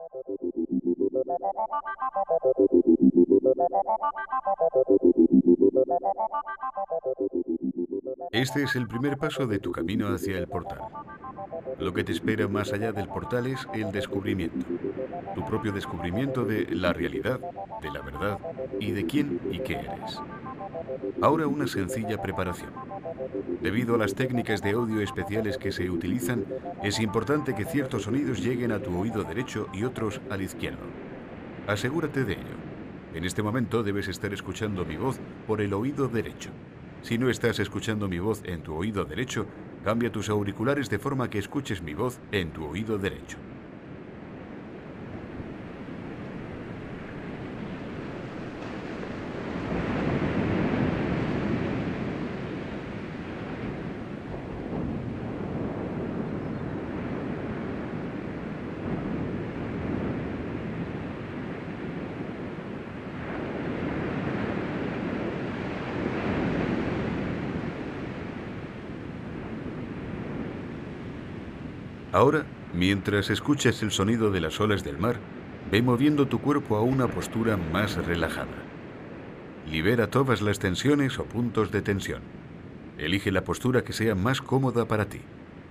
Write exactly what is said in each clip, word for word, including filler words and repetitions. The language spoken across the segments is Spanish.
Este es el primer paso de tu camino hacia el portal. Lo que te espera más allá del portal es el descubrimiento. Tu propio descubrimiento de la realidad, de la verdad y de quién y qué eres. Ahora una sencilla preparación. Debido a las técnicas de audio especiales que se utilizan, es importante que ciertos sonidos lleguen a tu oído derecho y otros al izquierdo. Asegúrate de ello. En este momento debes estar escuchando mi voz por el oído derecho. Si no estás escuchando mi voz en tu oído derecho, cambia tus auriculares de forma que escuches mi voz en tu oído derecho. Ahora, mientras escuchas el sonido de las olas del mar, ve moviendo tu cuerpo a una postura más relajada. Libera todas las tensiones o puntos de tensión. Elige la postura que sea más cómoda para ti.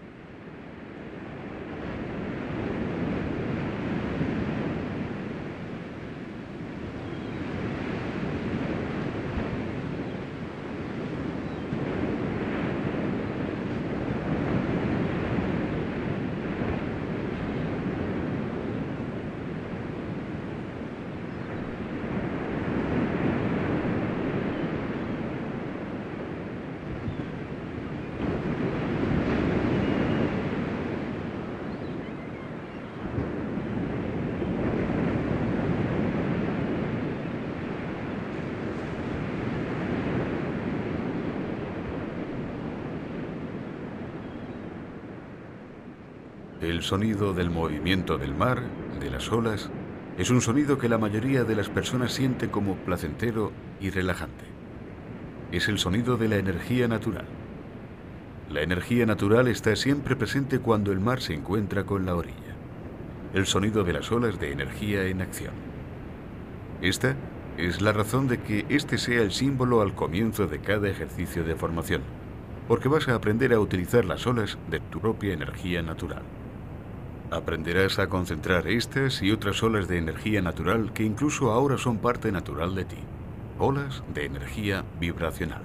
El sonido del movimiento del mar, de las olas, es un sonido que la mayoría de las personas siente como placentero y relajante. Es el sonido de la energía natural. La energía natural está siempre presente cuando el mar se encuentra con la orilla. El sonido de las olas de energía en acción. Esta es la razón de que este sea el símbolo al comienzo de cada ejercicio de formación, porque vas a aprender a utilizar las olas de tu propia energía natural. Aprenderás a concentrar estas y otras olas de energía natural que incluso ahora son parte natural de ti. Olas de energía vibracional.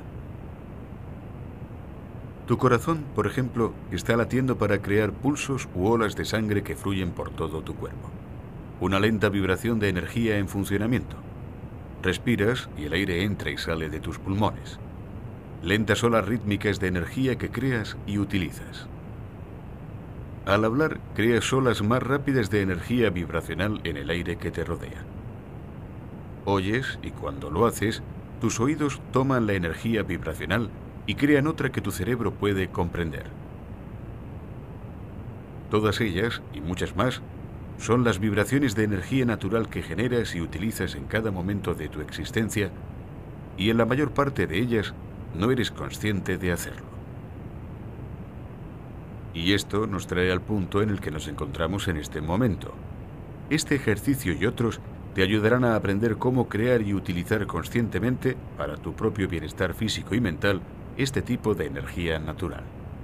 Tu corazón, por ejemplo, está latiendo para crear pulsos u olas de sangre que fluyen por todo tu cuerpo. Una lenta vibración de energía en funcionamiento. Respiras y el aire entra y sale de tus pulmones. Lentas olas rítmicas de energía que creas y utilizas. Al hablar, creas olas más rápidas de energía vibracional en el aire que te rodea. Oyes y cuando lo haces, tus oídos toman la energía vibracional y crean otra que tu cerebro puede comprender. Todas ellas, y muchas más, son las vibraciones de energía natural que generas y utilizas en cada momento de tu existencia, y en la mayor parte de ellas no eres consciente de hacerlo. Y esto nos trae al punto en el que nos encontramos en este momento. Este ejercicio y otros te ayudarán a aprender cómo crear y utilizar conscientemente, para tu propio bienestar físico y mental, este tipo de energía natural.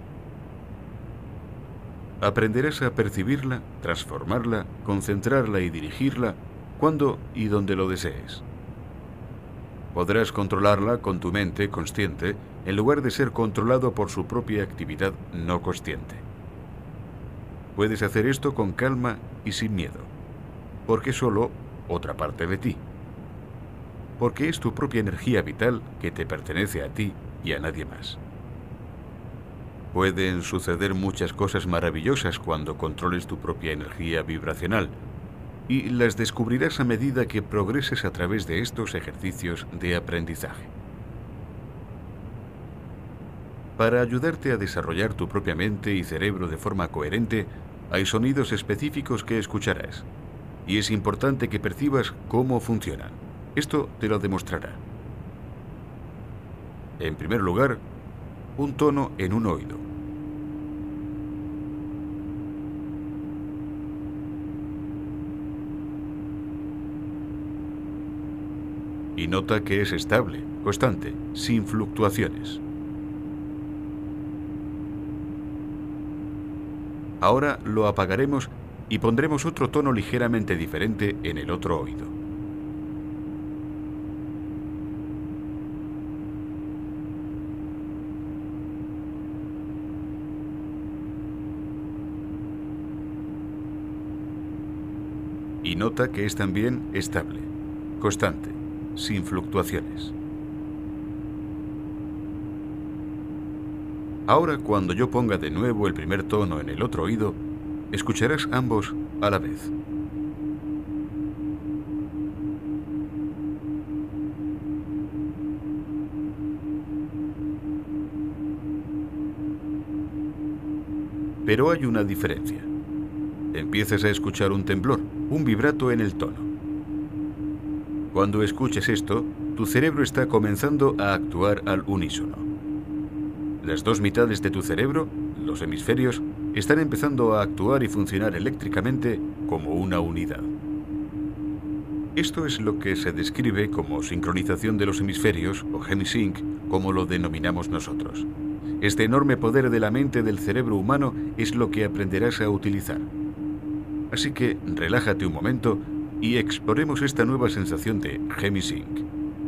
Aprenderás a percibirla, transformarla, concentrarla y dirigirla cuando y donde lo desees. Podrás controlarla con tu mente consciente en lugar de ser controlado por su propia actividad no consciente. Puedes hacer esto con calma y sin miedo, porque es solo otra parte de ti. Porque es tu propia energía vital que te pertenece a ti y a nadie más. Pueden suceder muchas cosas maravillosas cuando controles tu propia energía vibracional, y las descubrirás a medida que progreses a través de estos ejercicios de aprendizaje. Para ayudarte a desarrollar tu propia mente y cerebro de forma coherente, hay sonidos específicos que escucharás, y es importante que percibas cómo funcionan. Esto te lo demostrará. En primer lugar, un tono en un oído. Y nota que es estable, constante, sin fluctuaciones. Ahora lo apagaremos y pondremos otro tono ligeramente diferente en el otro oído. Y nota que es también estable, constante, sin fluctuaciones. Ahora, cuando yo ponga de nuevo el primer tono en el otro oído, escucharás ambos a la vez. Pero hay una diferencia. Empiezas a escuchar un temblor, un vibrato en el tono. Cuando escuches esto, tu cerebro está comenzando a actuar al unísono. Las dos mitades de tu cerebro, los hemisferios, están empezando a actuar y funcionar eléctricamente como una unidad. Esto es lo que se describe como sincronización de los hemisferios, o hemisync, como lo denominamos nosotros. Este enorme poder de la mente del cerebro humano es lo que aprenderás a utilizar. Así que relájate un momento y exploremos esta nueva sensación de hemisync.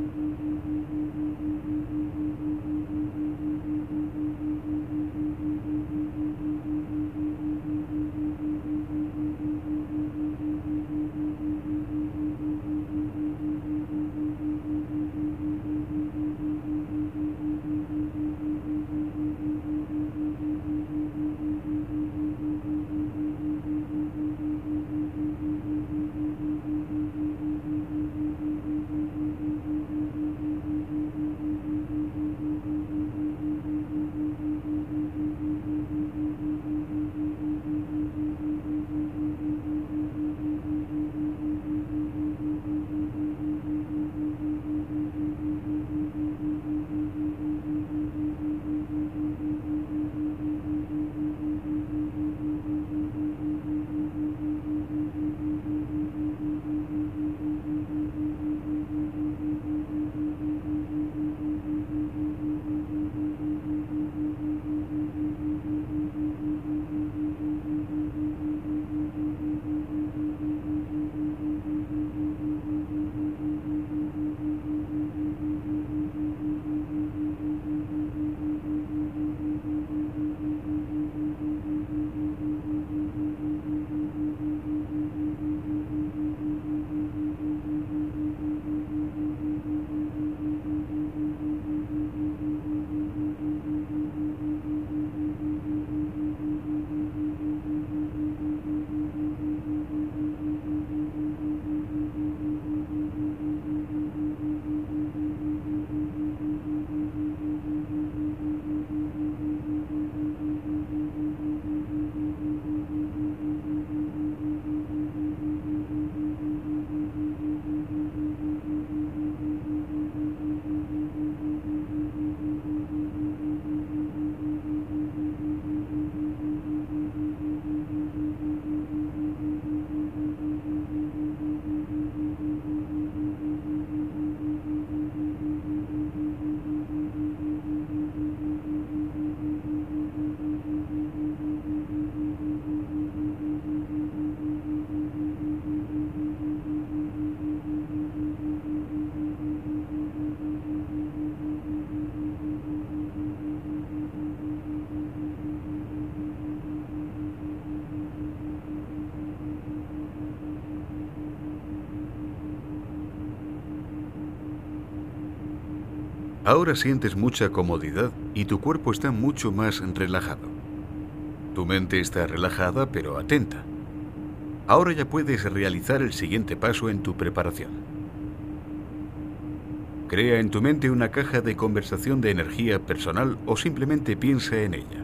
Ahora sientes mucha comodidad y tu cuerpo está mucho más relajado. Tu mente está relajada pero atenta. Ahora ya puedes realizar el siguiente paso en tu preparación. Crea en tu mente una caja de conversación de energía personal o simplemente piensa en ella.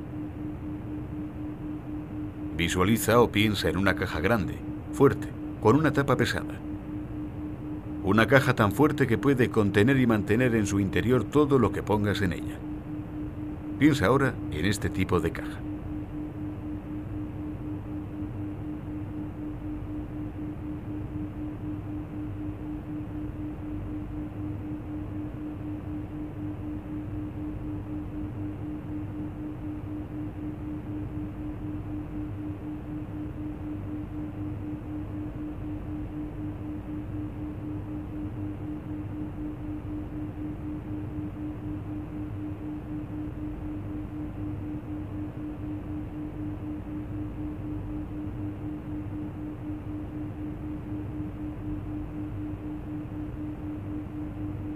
Visualiza o piensa en una caja grande, fuerte, con una tapa pesada. Una caja tan fuerte que puede contener y mantener en su interior todo lo que pongas en ella. Piensa ahora en este tipo de caja.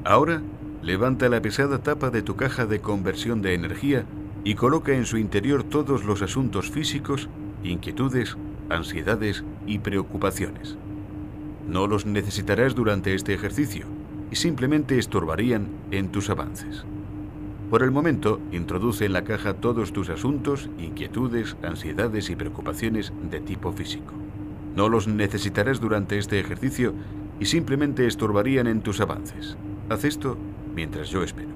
Ahora, levanta la pesada tapa de tu caja de conversión de energía y coloca en su interior todos los asuntos físicos, inquietudes, ansiedades y preocupaciones. No los necesitarás durante este ejercicio y simplemente estorbarían en tus avances. Por el momento, introduce en la caja todos tus asuntos, inquietudes, ansiedades y preocupaciones de tipo físico. No los necesitarás durante este ejercicio y simplemente estorbarían en tus avances. Haz esto mientras yo espero.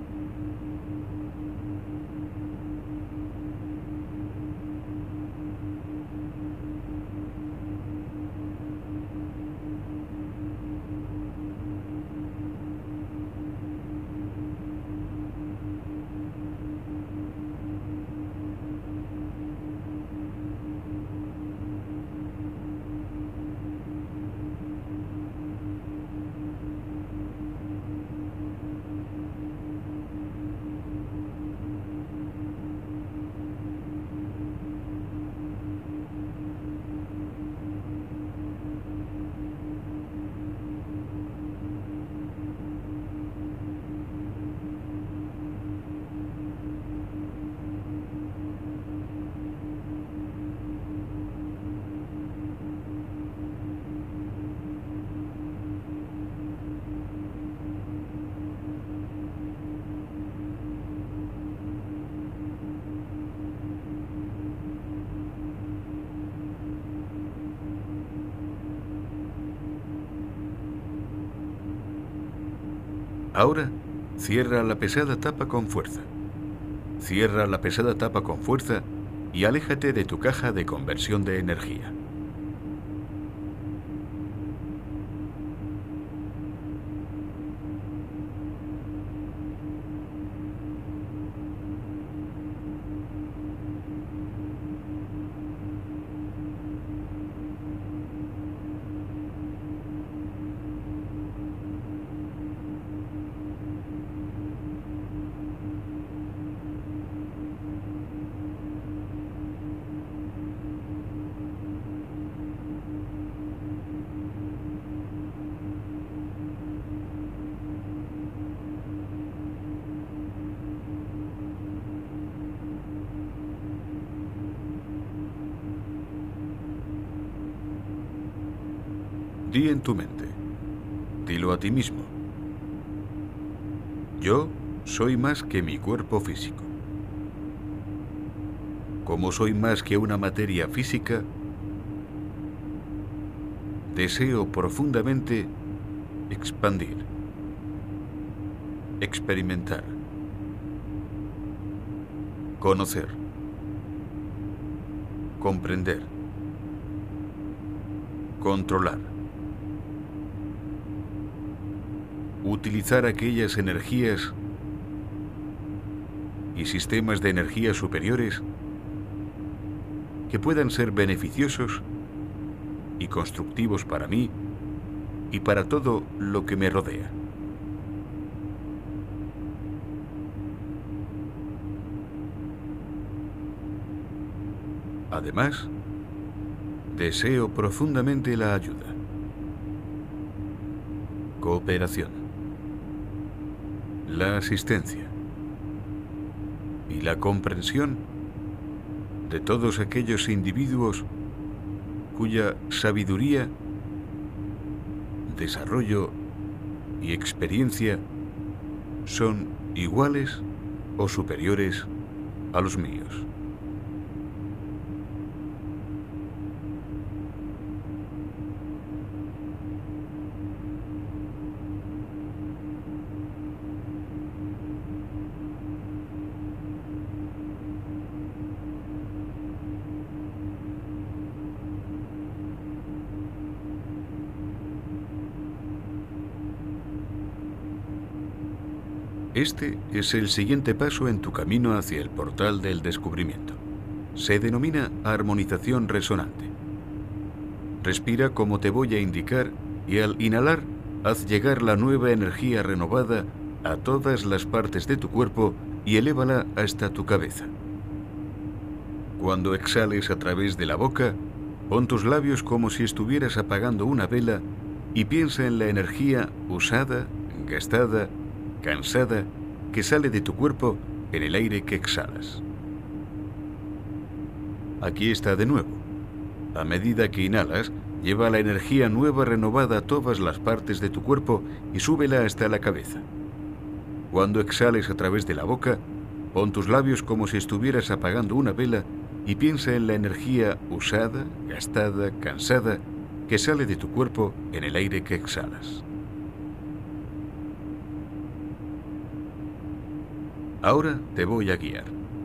Ahora, cierra la pesada tapa con fuerza. Cierra la pesada tapa con fuerza y aléjate de tu caja de conversión de energía. Di en tu mente, dilo a ti mismo: yo soy más que mi cuerpo físico. Como soy más que una materia física, deseo profundamente expandir, experimentar, conocer, comprender, controlar, utilizar aquellas energías y sistemas de energía superiores que puedan ser beneficiosos y constructivos para mí y para todo lo que me rodea. Además, deseo profundamente la ayuda, cooperación, la asistencia y la comprensión de todos aquellos individuos cuya sabiduría, desarrollo y experiencia son iguales o superiores a los míos. Este es el siguiente paso en tu camino hacia el portal del descubrimiento. Se denomina armonización resonante. Respira como te voy a indicar y al inhalar, haz llegar la nueva energía renovada a todas las partes de tu cuerpo y elévala hasta tu cabeza. Cuando exhales a través de la boca, pon tus labios como si estuvieras apagando una vela y piensa en la energía usada, gastada, cansada, que sale de tu cuerpo en el aire que exhalas. Aquí está de nuevo. A medida que inhalas, lleva la energía nueva renovada a todas las partes de tu cuerpo y súbela hasta la cabeza. Cuando exhales a través de la boca, pon tus labios como si estuvieras apagando una vela y piensa en la energía usada, gastada, cansada, que sale de tu cuerpo en el aire que exhalas. Ahora te voy a guiar.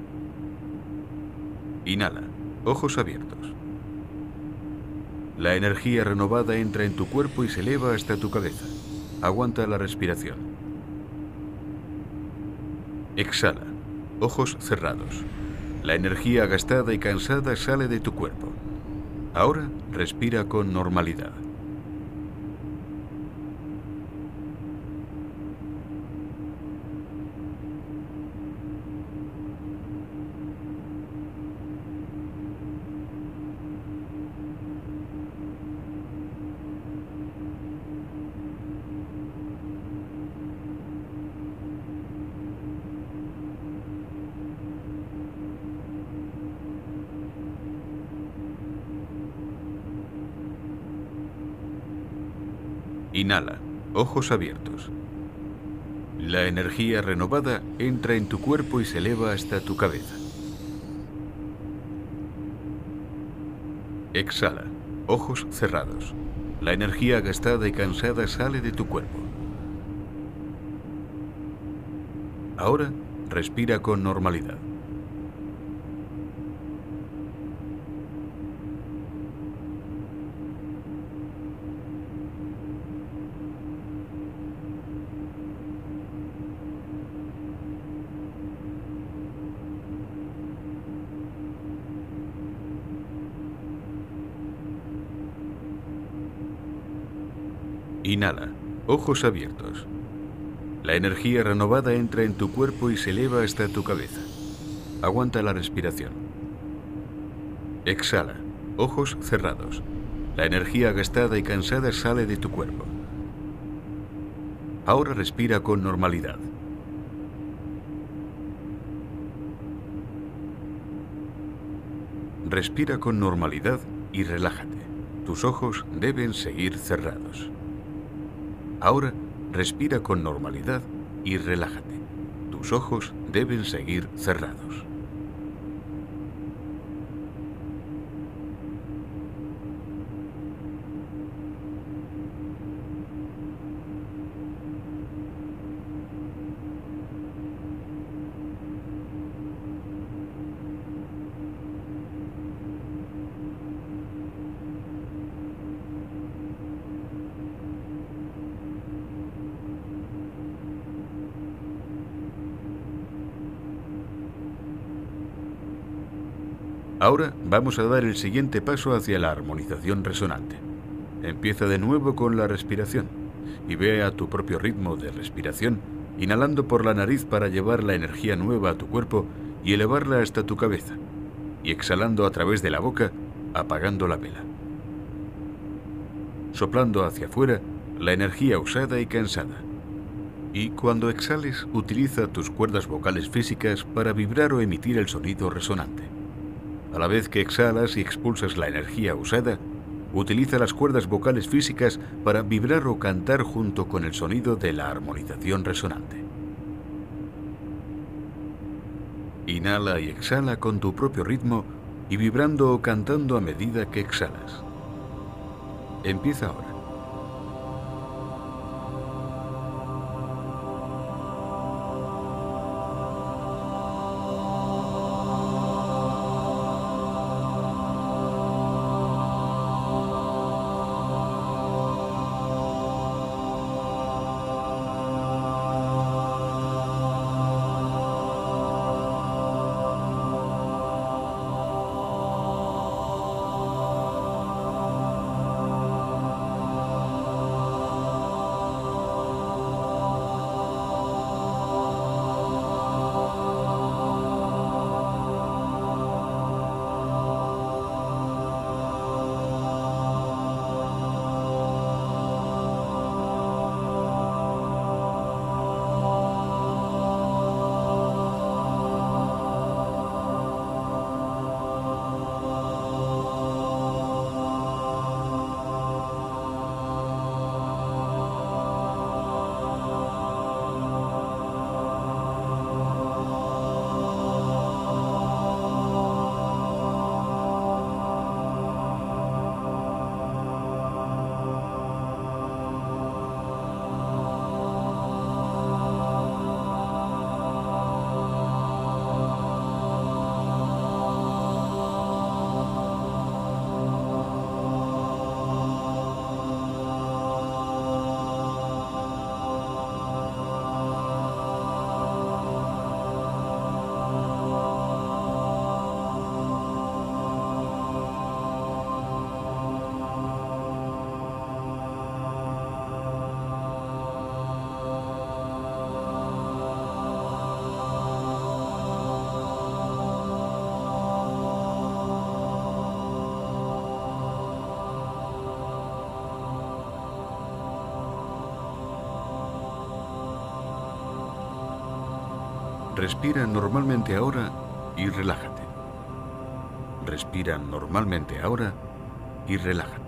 Inhala, ojos abiertos. La energía renovada entra en tu cuerpo y se eleva hasta tu cabeza. Aguanta la respiración. Exhala, ojos cerrados. La energía gastada y cansada sale de tu cuerpo. Ahora respira con normalidad. Inhala, ojos abiertos. La energía renovada entra en tu cuerpo y se eleva hasta tu cabeza. Exhala, ojos cerrados. La energía gastada y cansada sale de tu cuerpo. Ahora respira con normalidad. Inhala, ojos abiertos. La energía renovada entra en tu cuerpo y se eleva hasta tu cabeza. Aguanta la respiración. Exhala, ojos cerrados. La energía gastada y cansada sale de tu cuerpo. Ahora respira con normalidad. Respira con normalidad y relájate. Tus ojos deben seguir cerrados. Ahora respira con normalidad y relájate. Tus ojos deben seguir cerrados. Ahora vamos a dar el siguiente paso hacia la armonización resonante. Empieza de nuevo con la respiración y ve a tu propio ritmo de respiración, inhalando por la nariz para llevar la energía nueva a tu cuerpo y elevarla hasta tu cabeza, y exhalando a través de la boca, apagando la vela. Soplando hacia afuera la energía usada y cansada. Y cuando exhales, utiliza tus cuerdas vocales físicas para vibrar o emitir el sonido resonante. A la vez que exhalas y expulsas la energía usada, utiliza las cuerdas vocales físicas para vibrar o cantar junto con el sonido de la armonización resonante. Inhala y exhala con tu propio ritmo y vibrando o cantando a medida que exhalas. Empieza ahora. Respira normalmente ahora y relájate. Respira normalmente ahora y relájate.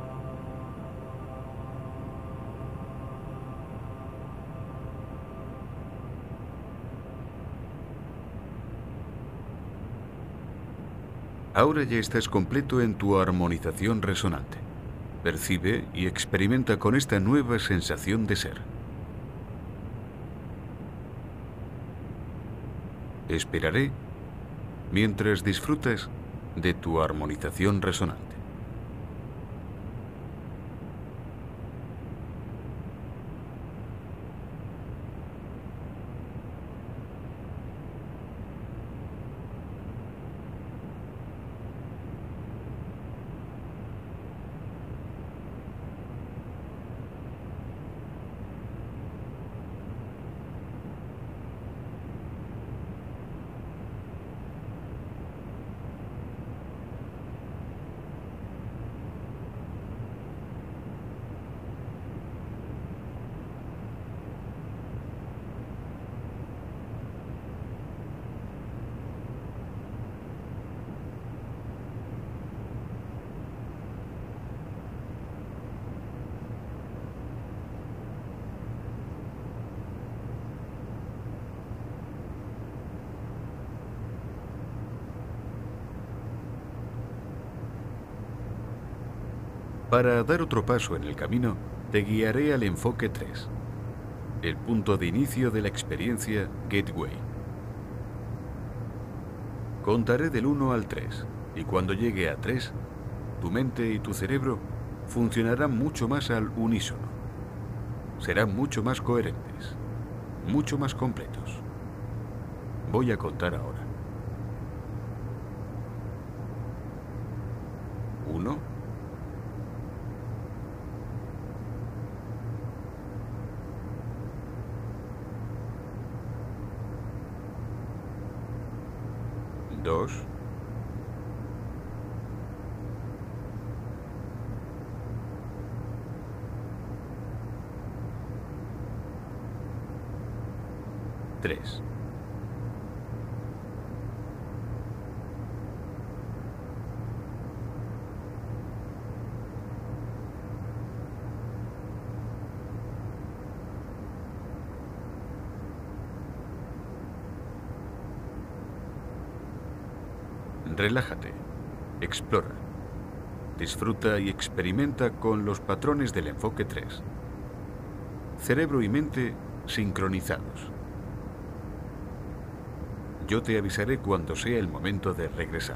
Ahora ya estás completo en tu armonización resonante. Percibe y experimenta con esta nueva sensación de ser. Esperaré mientras disfrutas de tu armonización resonante. Para dar otro paso en el camino, te guiaré al enfoque tres, el punto de inicio de la experiencia Gateway. Contaré del uno al tres, y cuando llegue a tres, tu mente y tu cerebro funcionarán mucho más al unísono. Serán mucho más coherentes, mucho más completos. Voy a contar ahora. Uno. Dos. Tres. Relájate, explora, disfruta y experimenta con los patrones del enfoque tres. Cerebro y mente sincronizados. Yo te avisaré cuando sea el momento de regresar.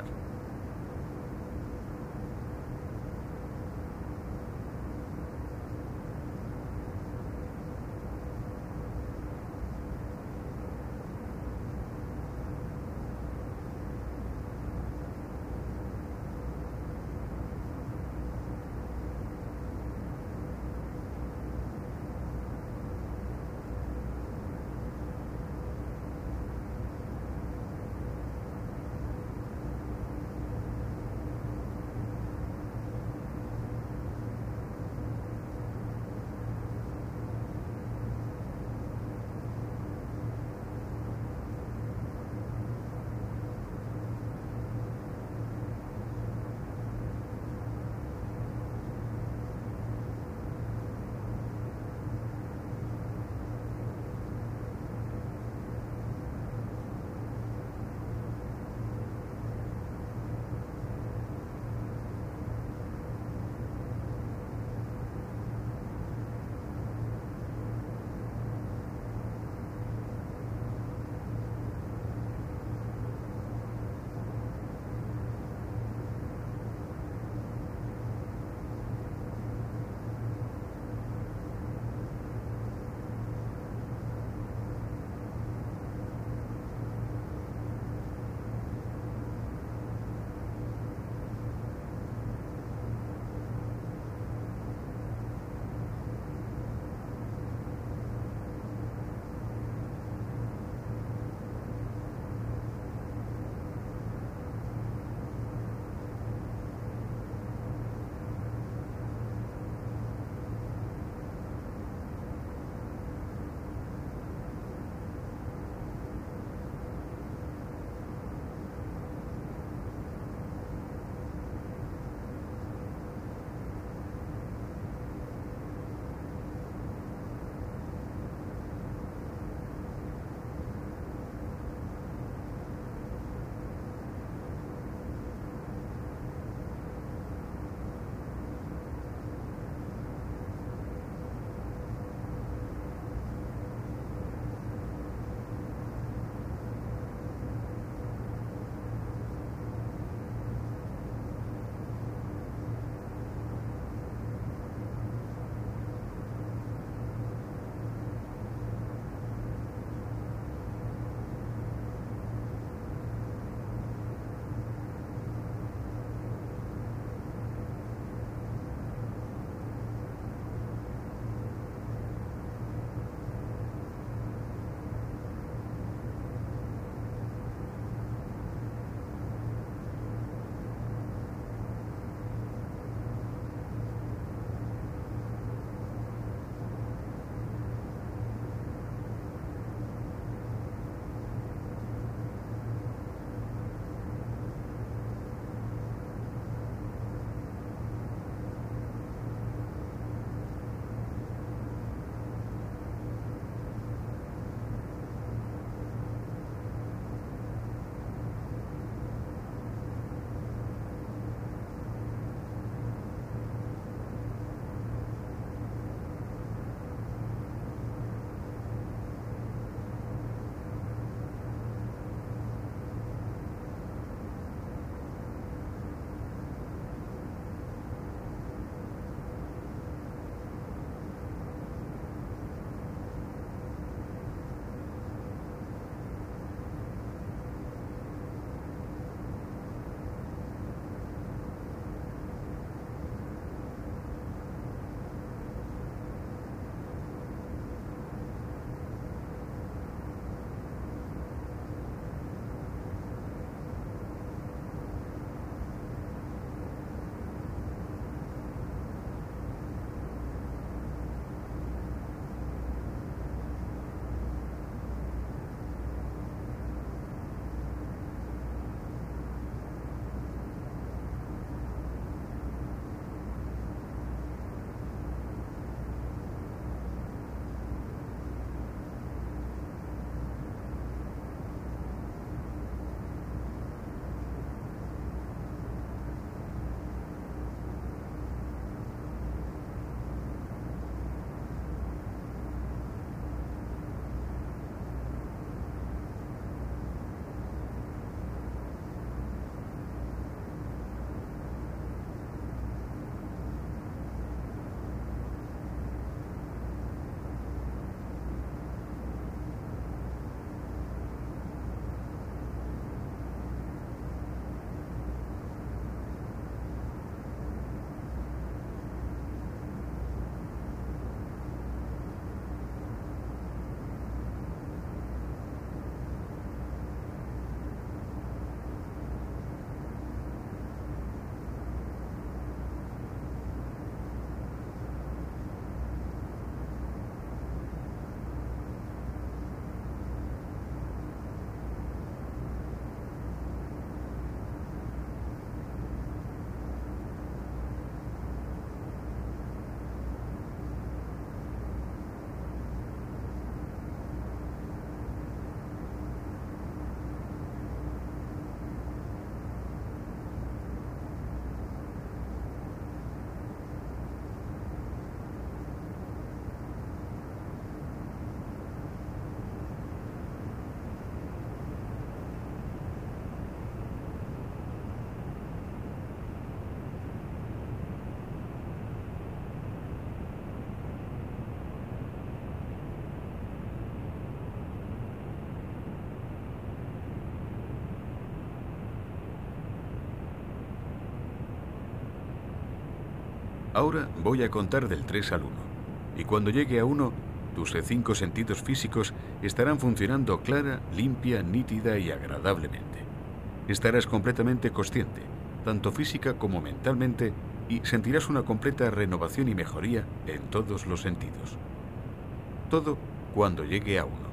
Ahora voy a contar del tres al uno. Y cuando llegue a uno, tus cinco sentidos físicos estarán funcionando clara, limpia, nítida y agradablemente. Estarás completamente consciente, tanto física como mentalmente, y sentirás una completa renovación y mejoría en todos los sentidos. Todo cuando llegue a uno.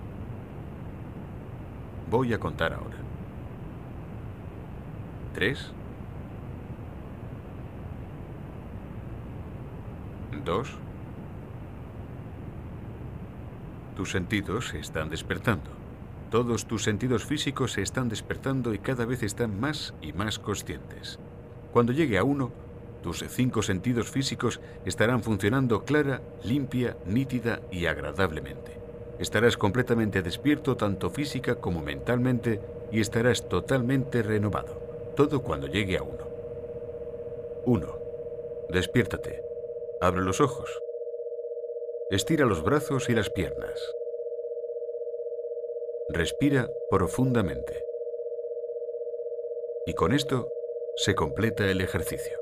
Voy a contar ahora. Tres. Dos. Tus sentidos se están despertando. Todos tus sentidos físicos se están despertando y cada vez están más y más conscientes. Cuando llegue a uno, tus cinco sentidos físicos estarán funcionando clara, limpia, nítida y agradablemente. Estarás completamente despierto tanto física como mentalmente y estarás totalmente renovado. Todo cuando llegue a uno. Uno. Despiértate. Abre los ojos. Estira los brazos y las piernas. Respira profundamente. Y con esto se completa el ejercicio.